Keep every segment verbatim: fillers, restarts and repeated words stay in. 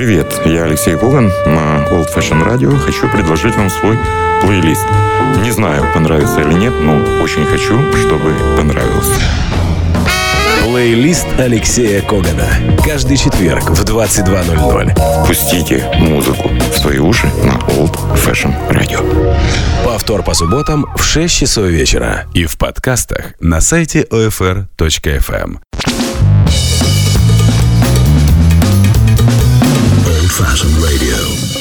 Привет, я Алексей Коган на Old Fashion Radio. Хочу предложить вам свой плейлист. Не знаю, понравится или нет, но очень хочу, чтобы понравился. Плейлист Алексея Когана. Каждый четверг в двадцать два ноль ноль. Пустите музыку в свои уши на Old Fashion Radio. Повтор по субботам в шесть часов вечера. И в подкастах на сайте о эф эр точка эф эм. Fashion Radio.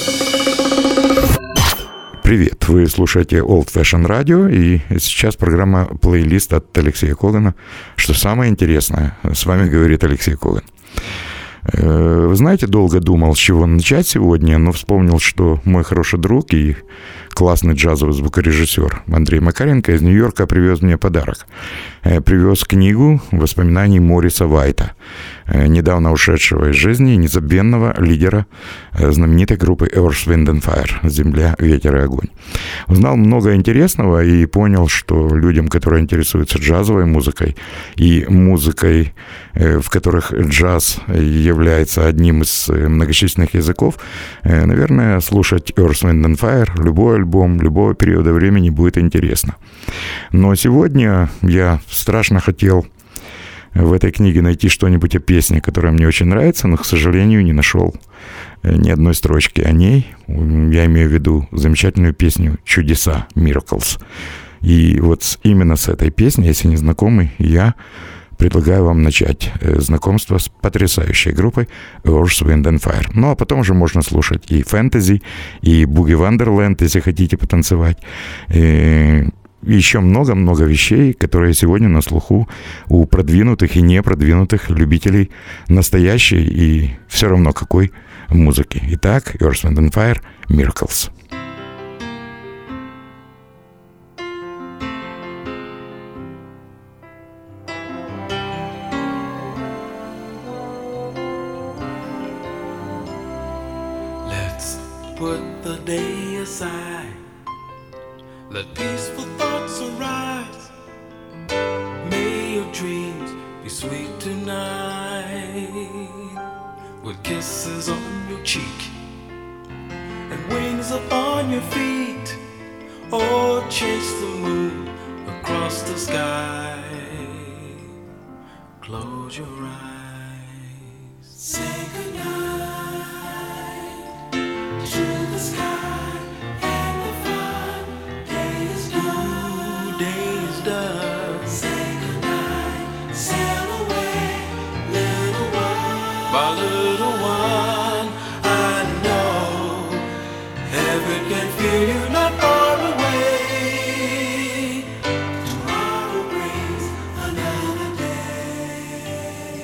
Привет, вы слушаете Old Fashion Radio, и сейчас программа «Плейлист» от Алексея Когана. Что самое интересное, с вами говорит Алексей Коган. Вы знаете, долго думал, с чего начать сегодня, но вспомнил, что мой хороший друг и классный джазовый звукорежиссер Андрей Макаренко из Нью-Йорка привез мне подарок. Привез книгу воспоминаний Мориса Уайта, недавно ушедшего из жизни, незабвенного лидера знаменитой группы Earth, Wind and Fire, «Земля, ветер и огонь». Узнал много интересного и понял, что людям, которые интересуются джазовой музыкой и музыкой, в которых джаз является одним из многочисленных языков, наверное, слушать Earth, Wind and Fire, любой альбом, любого периода времени будет интересно. Но сегодня я страшно хотел в этой книге найти что-нибудь о песне, которая мне очень нравится, но, к сожалению, не нашел ни одной строчки о ней. Я имею в виду замечательную песню «Чудеса», «Miracles». И вот именно с этой песни, если не знакомы, я предлагаю вам начать знакомство с потрясающей группой Earth, Wind and Fire. Ну, а потом уже можно слушать и фэнтези, и Буги Вандерленд, если хотите потанцевать. И еще много-много вещей, которые сегодня на слуху у продвинутых и непродвинутых любителей настоящей и все равно какой музыки. Итак, Earth, Wind and Fire, Miracles. Put the day aside, let peaceful thoughts arise. May your dreams be sweet tonight, with kisses on your cheek and wings upon your feet. Oh, chase the moon across the sky. Close your eyes, say goodnight to the sky and the fun. Day is done. Day is done. Say goodnight. Sail away, little one. My little one, I know heaven can feel you not far away. Tomorrow brings another day.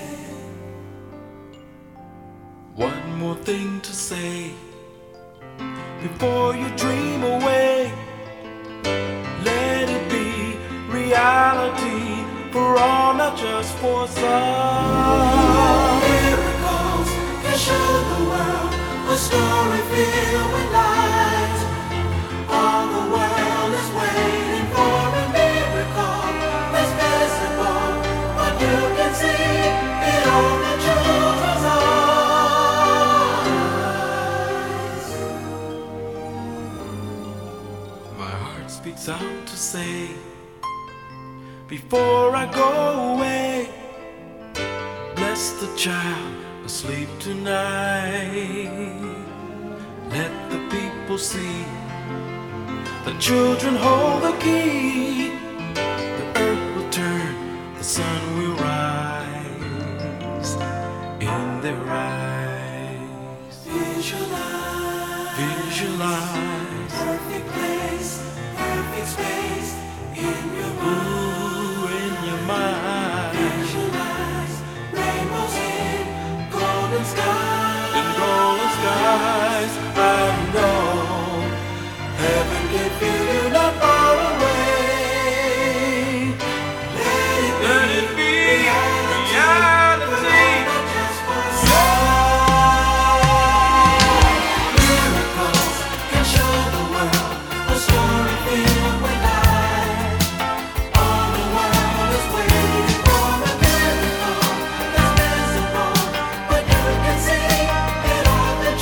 One more thing to say before you dream away. Let it be reality for all, not just for some. Miracles can show the world a story filled with light. All the world is waiting for a miracle that's visible, but you can see it on the children's eyes. My heart speaks out to say, before I go away, bless the child asleep tonight. Let the people see the children hold the key. The earth will turn, the sun will rise in their eyes. Visualize, visualize perfect place, perfect space in your mind. Ooh, in your mind. Visualize rainbows in golden skies. In golden skies, I know heaven can feel you not far away. Let it be, let it be reality. reality. Not just for some. Miracles can show the world a story filled with light. All the world is waiting for a miracle that's visible, but you can see it all the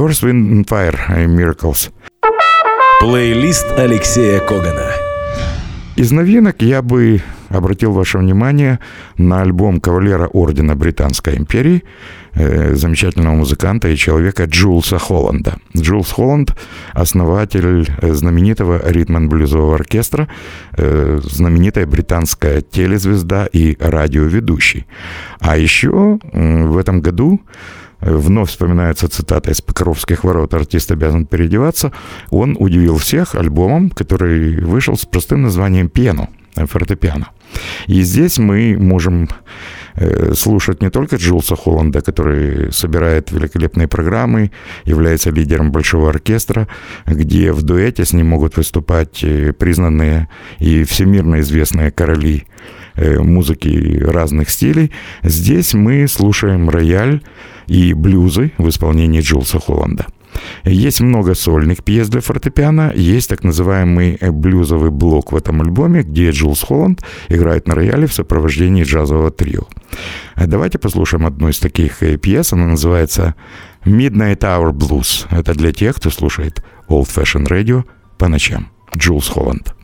Earth, Wind and Fire, Miracles. Плейлист Алексея Когана. Из новинок я бы обратил ваше внимание на альбом кавалера Ордена Британской империи, э, замечательного музыканта и человека Джулса Холланда. Джулс Холланд – основатель знаменитого ритм-н-блюзового оркестра, э, знаменитая британская телезвезда и радиоведущий. А еще э, в этом году вновь вспоминается цитата из «Покровских ворот», артист обязан переодеваться. Он удивил всех альбомом, который вышел с простым названием «Пиано», фортепиано. И здесь мы можем слушать не только Джулса Холланда, который собирает великолепные программы, является лидером большого оркестра, где в дуэте с ним могут выступать признанные и всемирно известные короли музыки разных стилей. Здесь мы слушаем рояль и блюзы в исполнении Джулса Холланда. Есть много сольных пьес для фортепиано, есть так называемый блюзовый блок в этом альбоме, где Джулс Холланд играет на рояле в сопровождении джазового трио. Давайте послушаем одну из таких пьес, она называется «Midnight Hour Blues». Это для тех, кто слушает Old Fashion Radio по ночам. Джулс Холланд.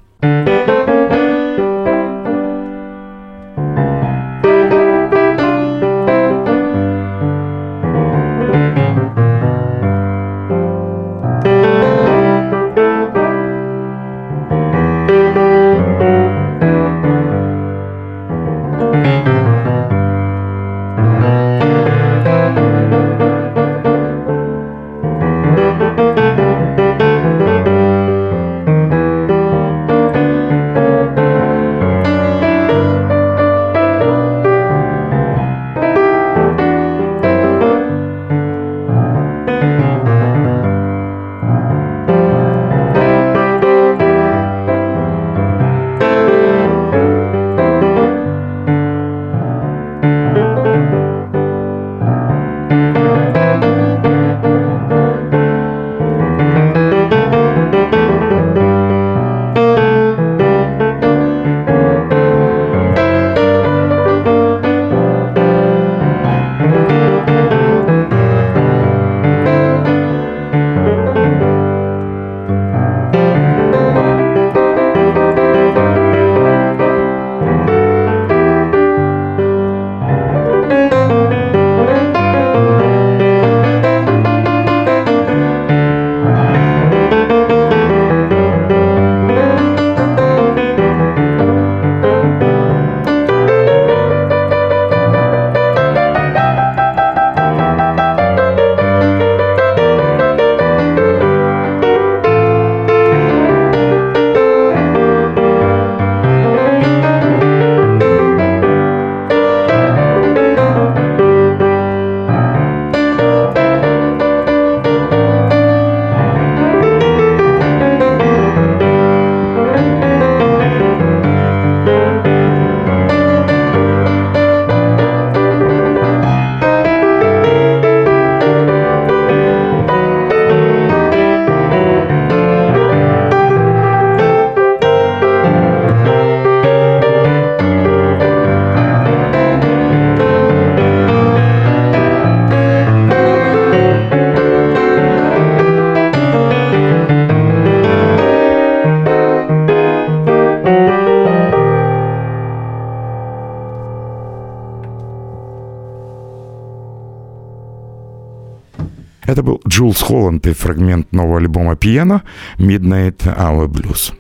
Это был Джулс Холланд и фрагмент нового альбома «Пиано» «Midnight Hour Blues».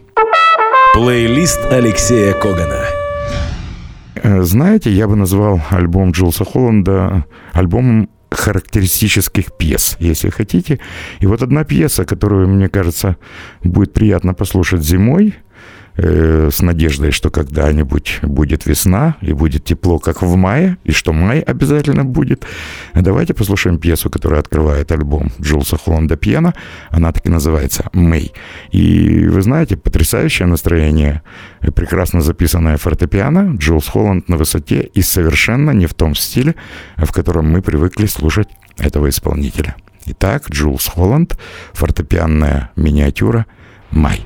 Плейлист Алексея Когана. Знаете, я бы назвал альбом Джулса Холланда альбомом характеристических пьес, если хотите. И вот одна пьеса, которую, мне кажется, будет приятно послушать зимой, э, с надеждой, что когда-нибудь будет весна и будет тепло, как в мае, и что май обязательно будет. Давайте послушаем пьесу, которая открывает альбом Джулса Холланда «Пиано». Она так и называется «Мэй». И вы знаете, потрясающее настроение, прекрасно записанное фортепиано, Джулс Холланд на высоте и совершенно не в том стиле, в котором мы привыкли слушать этого исполнителя. Итак, Джулс Холланд, фортепианная миниатюра «Май».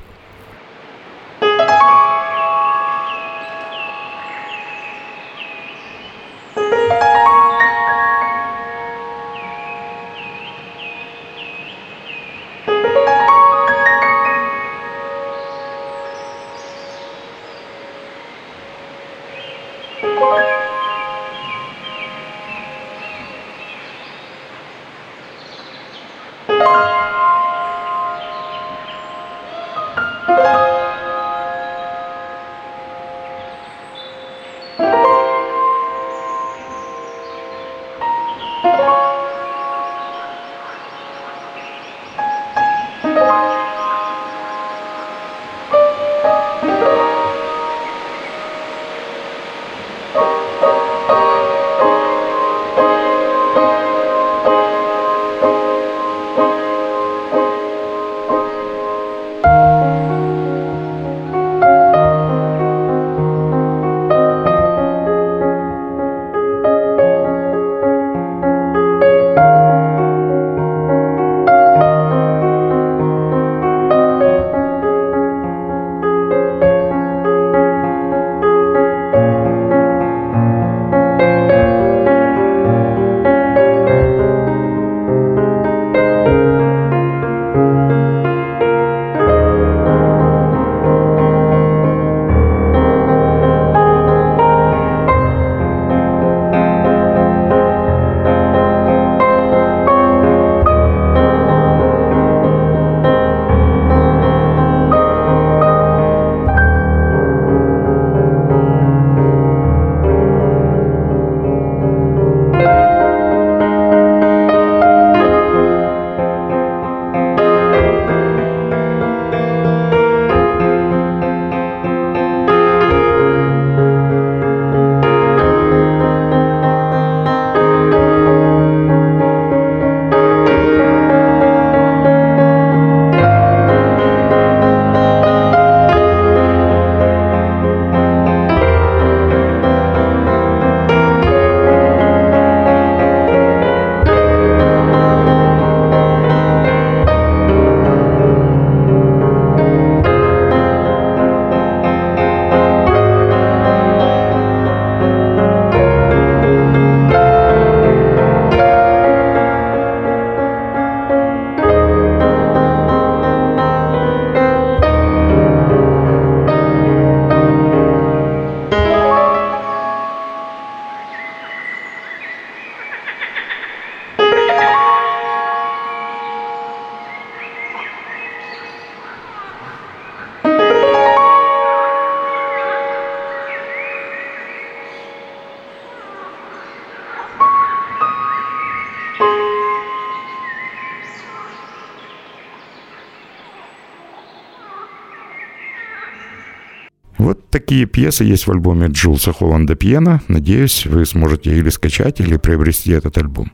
Вот такие пьесы есть в альбоме Джулса Холланда «Пьена». Надеюсь, вы сможете или скачать, или приобрести этот альбом.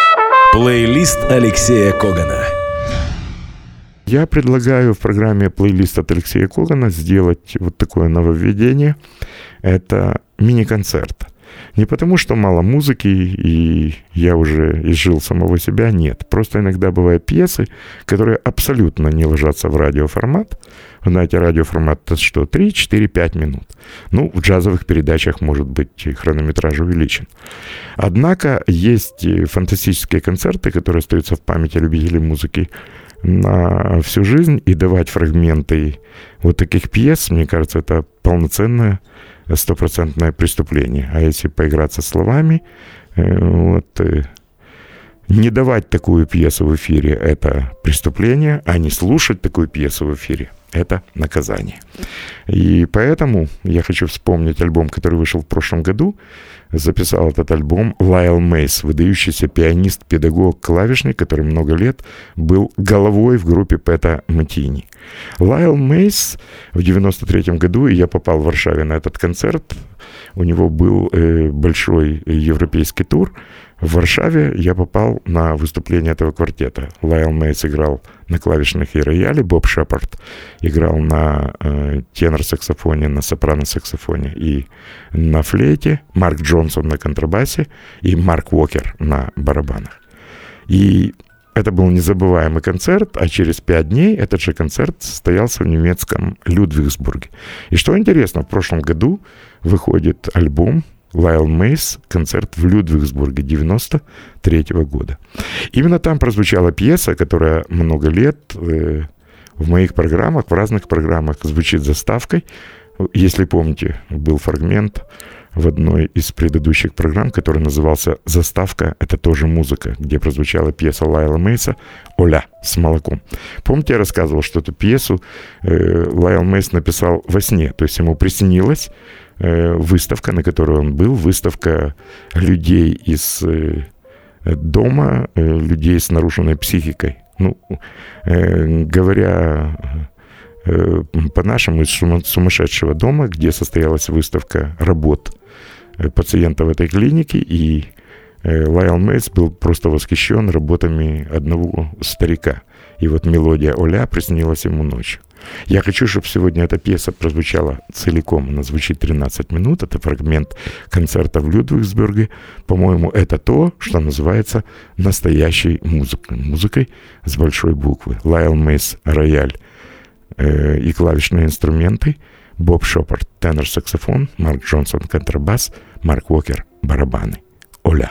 Плейлист Алексея Когана. Я предлагаю в программе «Плейлист от Алексея Когана» сделать вот такое нововведение. Это мини-концерт. Не потому, что мало музыки, и я уже изжил самого себя, нет. Просто иногда бывают пьесы, которые абсолютно не ложатся в радиоформат. Вы знаете, радиоформат — это что, три, четыре, пять минут. Ну, в джазовых передачах, может быть, хронометраж увеличен. Однако есть фантастические концерты, которые остаются в памяти любителей музыки на всю жизнь, и давать фрагменты вот таких пьес, мне кажется, это полноценное стопроцентное преступление. А если поиграться словами, вот, не давать такую пьесу в эфире — это преступление, а не слушать такую пьесу в эфире — это наказание. И поэтому я хочу вспомнить альбом, который вышел в прошлом году. Записал этот альбом Лайл Мейс, выдающийся пианист, педагог, клавишник, который много лет был головой в группе Пэта Метини. Лайл Мейс в девяносто третьем году, и я попал в Варшаве на этот концерт, у него был э, большой европейский тур. В Варшаве я попал на выступление этого квартета. Лайл Мейс играл на клавишных и рояле, Боб Шепард играл на э, тенор-саксофоне, на сопрано-саксофоне и на флейте, Марк Джонсон на контрабасе и Марк Уокер на барабанах. И это был незабываемый концерт, а через пять дней этот же концерт состоялся в немецком Людвигсбурге. И что интересно, в прошлом году выходит альбом Лайл Мейс, концерт в Людвигсбурге девяносто третьего года. Именно там прозвучала пьеса, которая много лет э, в моих программах, в разных программах звучит заставкой. Если помните, был фрагмент в одной из предыдущих программ, который назывался «Заставка – это тоже музыка», где прозвучала пьеса Лайла Мейса «Оля» с молоком. Помните, я рассказывал, что эту пьесу э, Лайл Мейс написал во сне, то есть ему приснилась э, выставка, на которой он был, выставка людей из э, дома, э, людей с нарушенной психикой. Ну, э, говоря э, по-нашему, из сумасшедшего дома, где состоялась выставка работ пациентов этой клиники, и э, Лайл Мейс был просто восхищен работами одного старика. И вот мелодия «Оля» приснилась ему ночью. Я хочу, чтобы сегодня эта пьеса прозвучала целиком. Она звучит тринадцать минут. Это фрагмент концерта в Людвигсбурге. По-моему, это то, что называется настоящей музыкой. Музыкой с большой буквы. Лайл Мейс — рояль э, и клавишные инструменты. Боб Шопард — тенор-саксофон. Марк Джонсон — контрабас. Марк Уокер — барабаны. «Оля».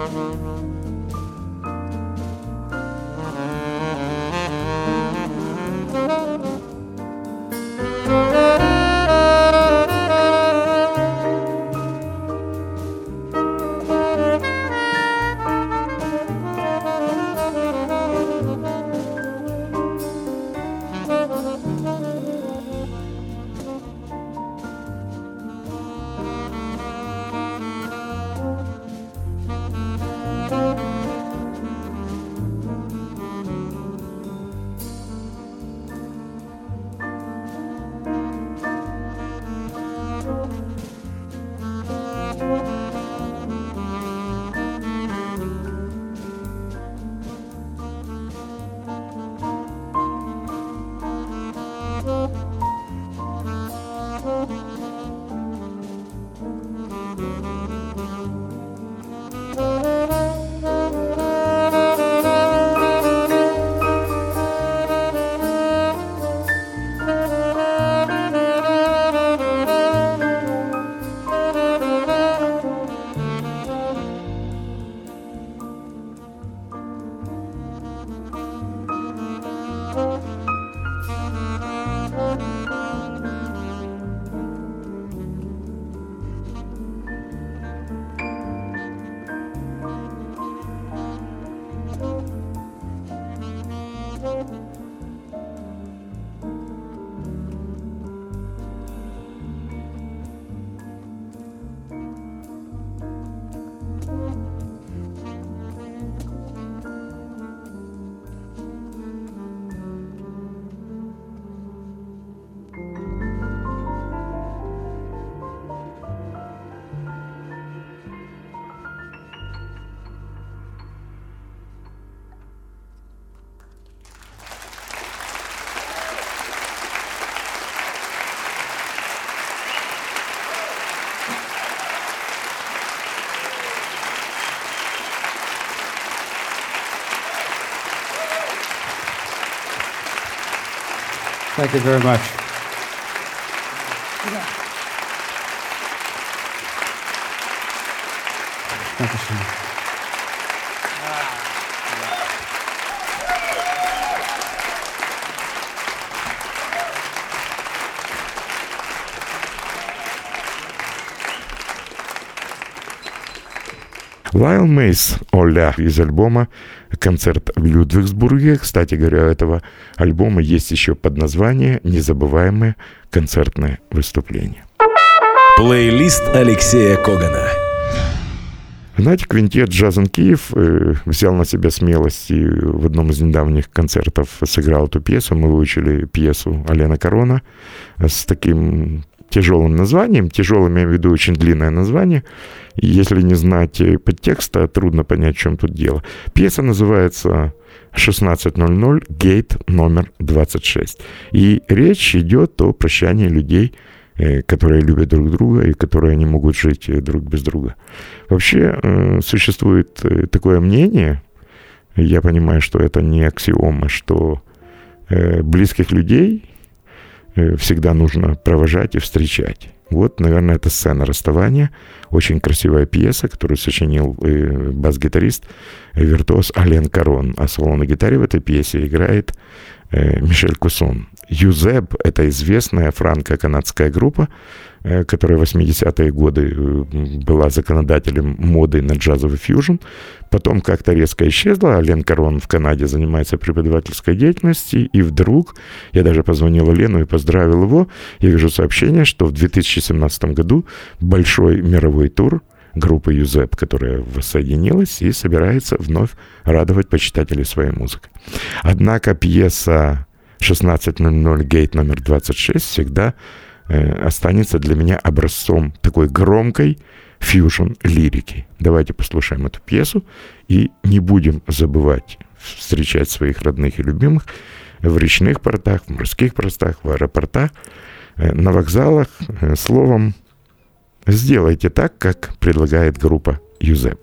Thank you very much. Dankeschön. Лайл Мейс Оля из альбома «Концерт в Людвигсбурге». Кстати говоря, у этого альбома есть еще подназвание «Незабываемое концертное выступление». Плейлист Алексея Когана. Знаете, квинтет «Джаз энд Киев» э, взял на себя смелость и в одном из недавних концертов сыграл эту пьесу. Мы выучили пьесу Алена Карона с таким тяжелым названием. Тяжелым, я имею в виду, очень длинное название. И если не знать подтекста, трудно понять, в чем тут дело. Пьеса называется шестнадцать ноль ноль, гейт номер двадцать шесть. И речь идет о прощании людей, которые любят друг друга и которые не могут жить друг без друга. Вообще существует такое мнение, я понимаю, что это не аксиома, что близких людей всегда нужно провожать и встречать. Вот, наверное, это сцена расставания. Очень красивая пьеса, которую сочинил бас-гитарист, виртуоз Ален Карон. А соло на гитаре в этой пьесе играет Мишель Куссон. Юзеб — это известная франко-канадская группа, которая в восьмидесятые годы была законодателем моды на джазовый фьюжн. Потом как-то резко исчезла. Ален Карон в Канаде занимается преподавательской деятельностью. И вдруг, я даже позвонил Лену и поздравил его, я вижу сообщение, что в две тысячи семнадцатом году большой мировой тур группы Юзеб, которая воссоединилась и собирается вновь радовать почитателей своей музыкой. Однако пьеса шестнадцать ноль ноль, гейт номер двадцать шесть всегда э, останется для меня образцом такой громкой фьюжн-лирики. Давайте послушаем эту пьесу и не будем забывать встречать своих родных и любимых в речных портах, в морских портах, в аэропортах, э, на вокзалах. Э, словом, сделайте так, как предлагает группа Юзеб.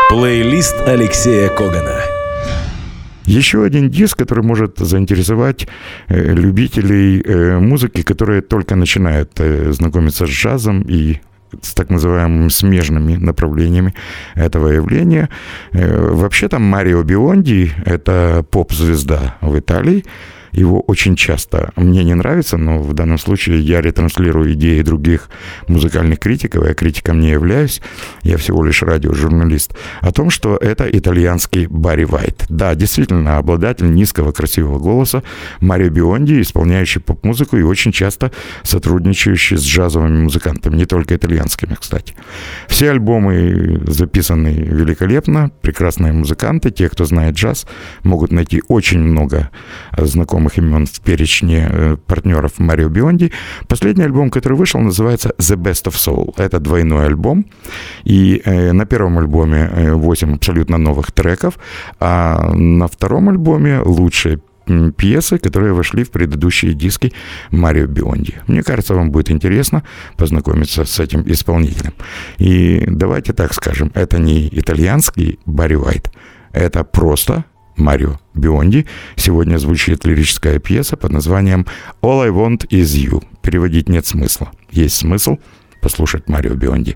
Плейлист Алексея Когана. Еще один диск, который может заинтересовать э, любителей э, музыки, которые только начинают э, знакомиться с джазом и с так называемыми смежными направлениями этого явления. Э, вообще-то Марио Бионди – это поп-звезда в Италии. Его очень часто мне не нравится, но в данном случае я ретранслирую идеи других музыкальных критиков, я критиком не являюсь, я всего лишь радиожурналист, о том, что это итальянский Барри Вайт. Да, действительно, обладатель низкого красивого голоса Марио Бионди, исполняющий поп-музыку и очень часто сотрудничающий с джазовыми музыкантами, не только итальянскими, кстати. Все альбомы записаны великолепно, прекрасные музыканты, те, кто знает джаз, могут найти очень много знакомых имен в перечне э, партнеров Марио Бионди. Последний альбом, который вышел, называется The Best of Soul. Это двойной альбом. И э, на первом альбоме э, восемь абсолютно новых треков, а на втором альбоме лучшие пьесы, которые вошли в предыдущие диски Марио Бионди. Мне кажется, вам будет интересно познакомиться с этим исполнителем. И давайте так скажем, это не итальянский Барри Вайт, это просто Марио Бионди. Сегодня звучит лирическая пьеса под названием «All I Want Is You». Переводить нет смысла. Есть смысл послушать Марио Бионди.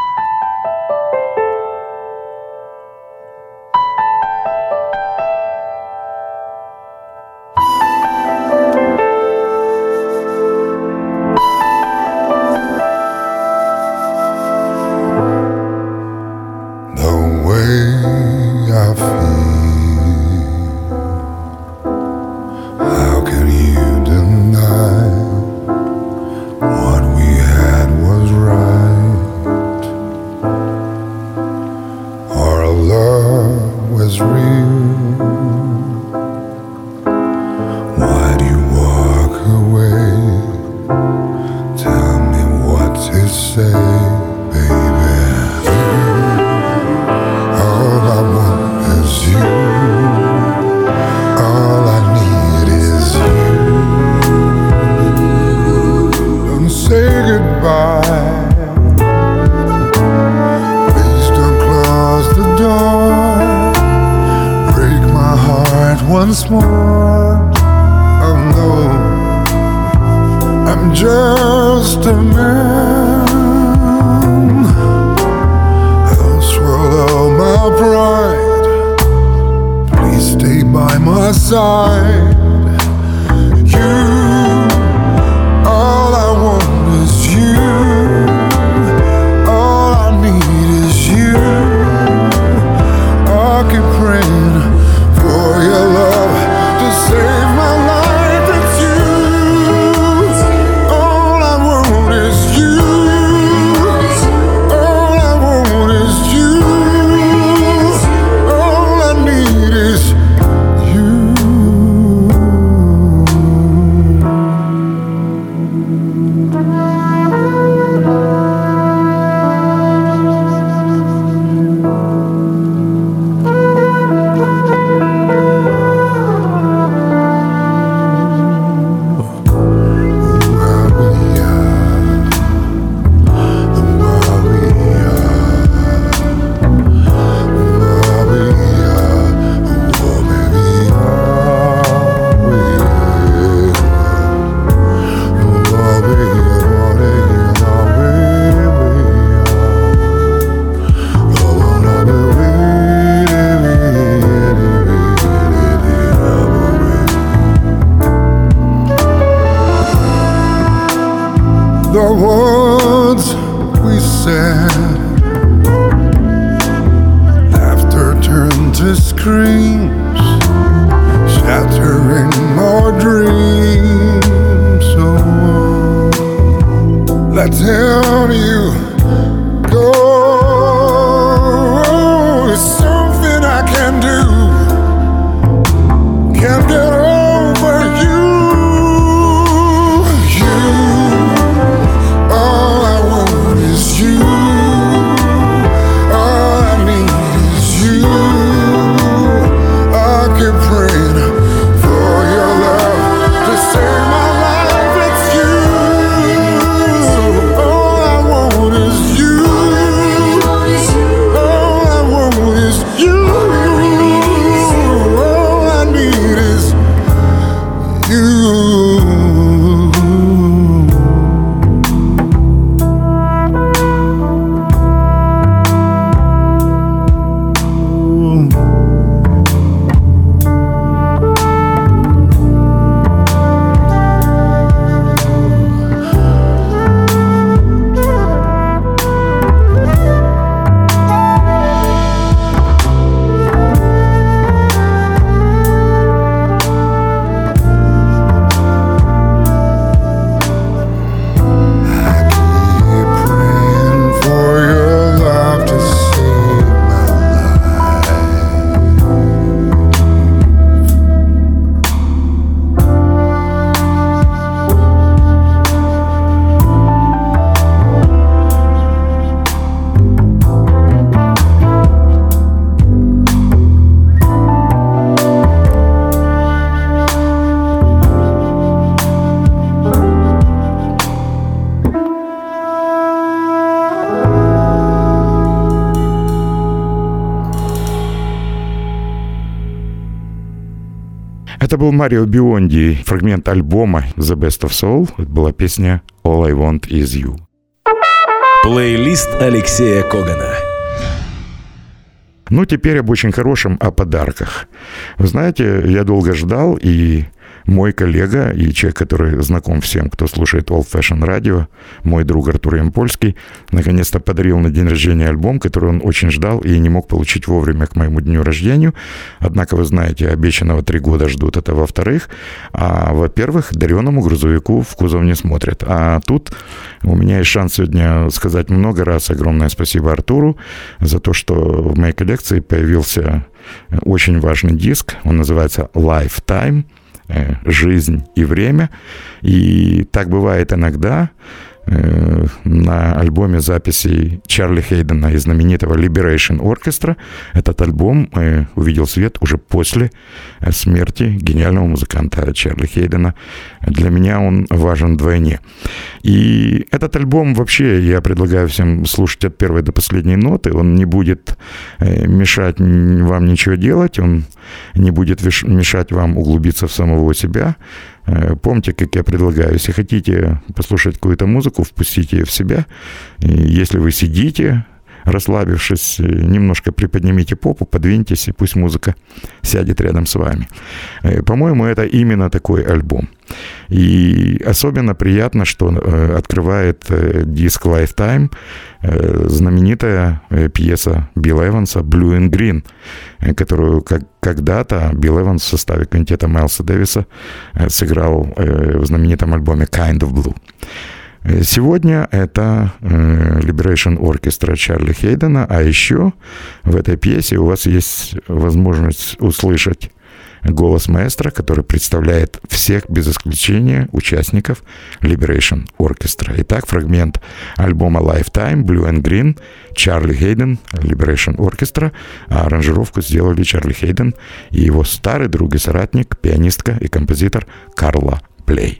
Once more, oh no, I'm just a man. I'll swallow my pride. Please stay by my side. You, all I want is you. All I need is you. I keep praying for your love to save my life. It's you. All I want is you. All I want is you. All I need is you. The words we said, laughter turned to screams, shattering our dreams. So let's tell you go. It's something I can do. Can't get over you. All I want Это был Марио Бионди, фрагмент альбома The Best of Soul. Это была песня All I Want Is You. Плейлист Алексея Когана. Ну, теперь об очень хорошем, о подарках. Вы знаете, я долго ждал, и мой коллега и человек, который знаком всем, кто слушает Old Fashion Radio, мой друг Артур Ямпольский, наконец-то подарил на день рождения альбом, который он очень ждал и не мог получить вовремя к моему дню рождения. Однако, вы знаете, обещанного три года ждут, это во-вторых. А во-первых, дареному грузовику в кузов не смотрят. А тут у меня есть шанс сегодня сказать много раз огромное спасибо Артуру за то, что в моей коллекции появился очень важный диск. Он называется Lifetime. Жизнь и время. И так бывает иногда. На альбоме записей Чарли Хейдена из знаменитого Liberation Orchestra этот альбом увидел свет уже после смерти гениального музыканта Чарли Хейдена. Для меня он важен вдвойне. И этот альбом вообще я предлагаю всем слушать от первой до последней ноты. Он не будет мешать вам ничего делать, он не будет мешать вам углубиться в самого себя. Помните, как я предлагаю, если хотите послушать какую-то музыку, впустите ее в себя. И если вы сидите, расслабившись, немножко приподнимите попу, подвиньтесь, и пусть музыка сядет рядом с вами. По-моему, это именно такой альбом. И особенно приятно, что открывает диск Lifetime знаменитая пьеса Билла Эванса «Blue and Green», которую как, когда-то Билл Эванс в составе квинтета Майлса Дэвиса сыграл в знаменитом альбоме «Kind of Blue». Сегодня это Liberation Orchestra Чарли Хейдена, а еще в этой пьесе у вас есть возможность услышать голос маэстро, который представляет всех без исключения участников Liberation Orchestra. Итак, фрагмент альбома Lifetime, Blue and Green, Чарли Хейден, Liberation Orchestra, а аранжировку сделали Чарли Хейден и его старый друг и соратник, пианистка и композитор Карла Плей.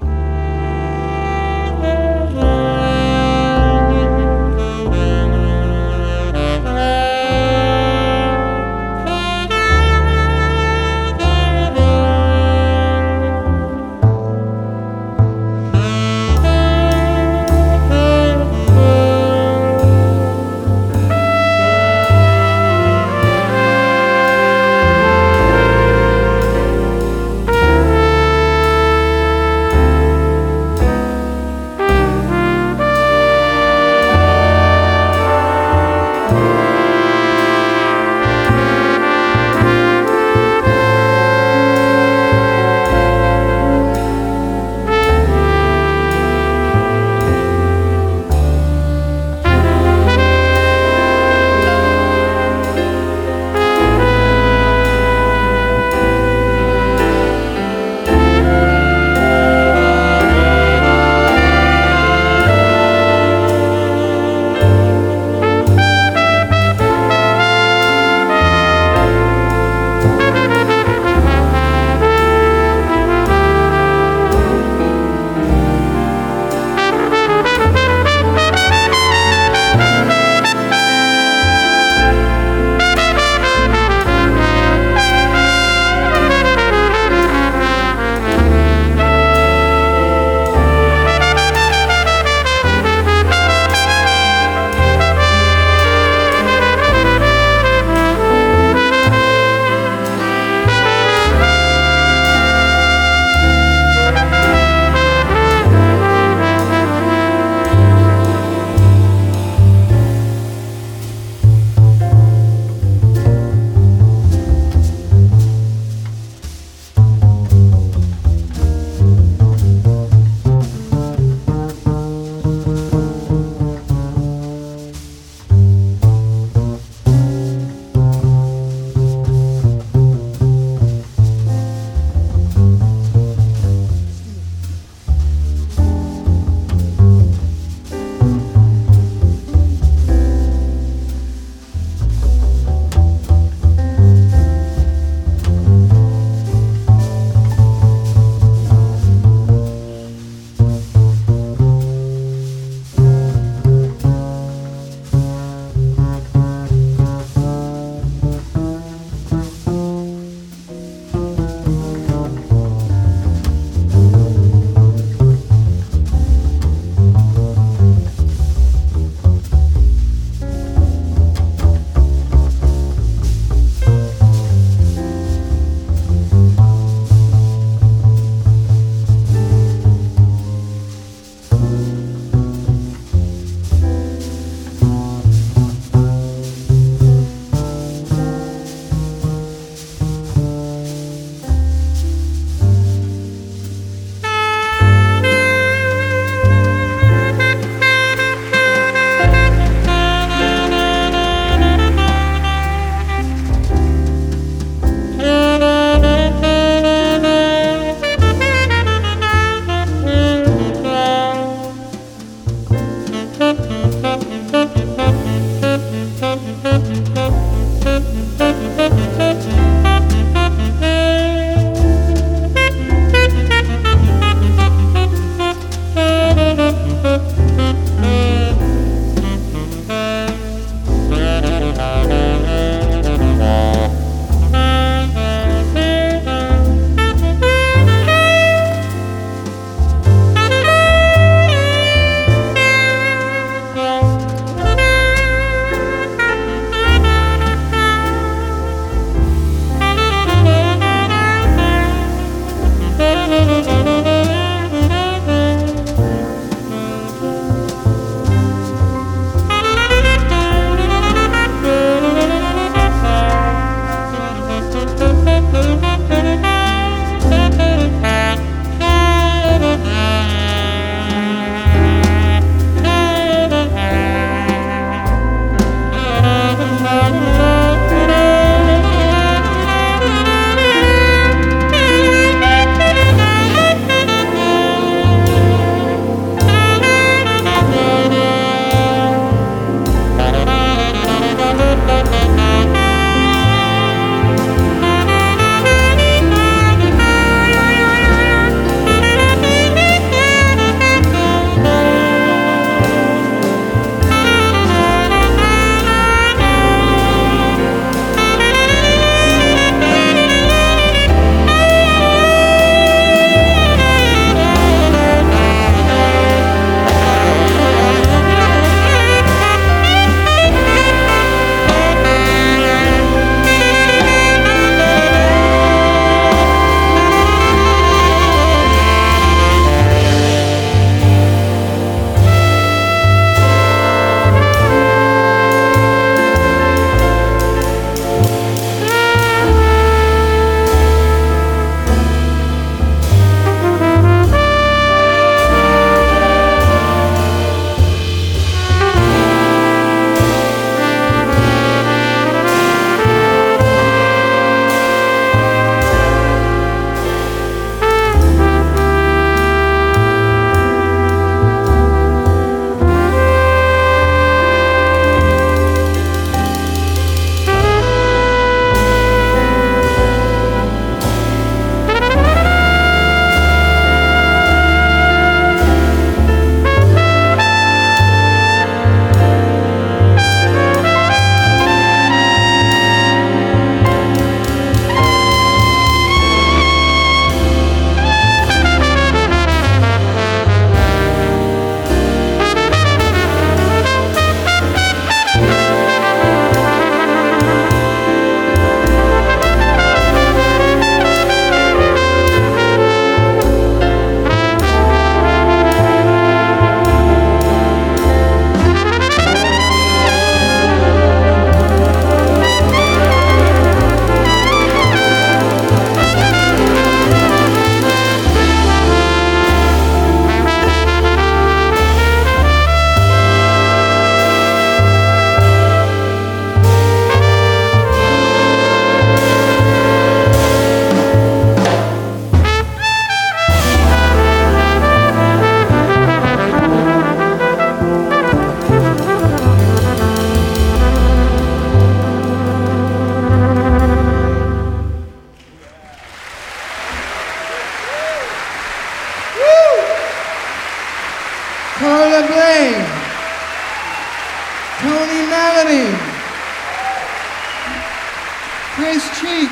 Chris Cheek,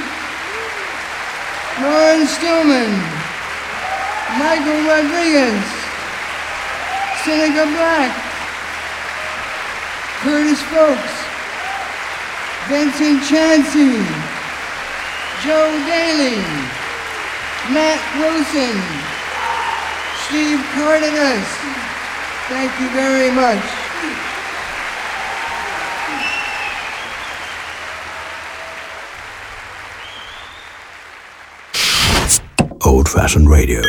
Lauren Stillman, Michael Rodriguez, Seneca Black, Curtis Folks, Vincent Chansey, Joe Daly, Matt Wilson, Steve Cardenas. Thank you very much. Old Fashioned Radio.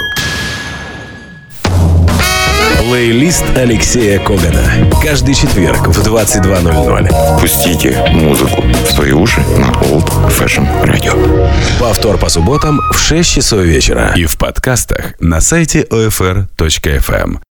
Плейлист Алексея Когана. Каждый четверг в двадцать два ноль ноль. Пустите музыку в свои уши на Old Fashion Radio. Повтор по субботам в шесть часов вечера. И в подкастах на сайте о эф эр точка эф эм.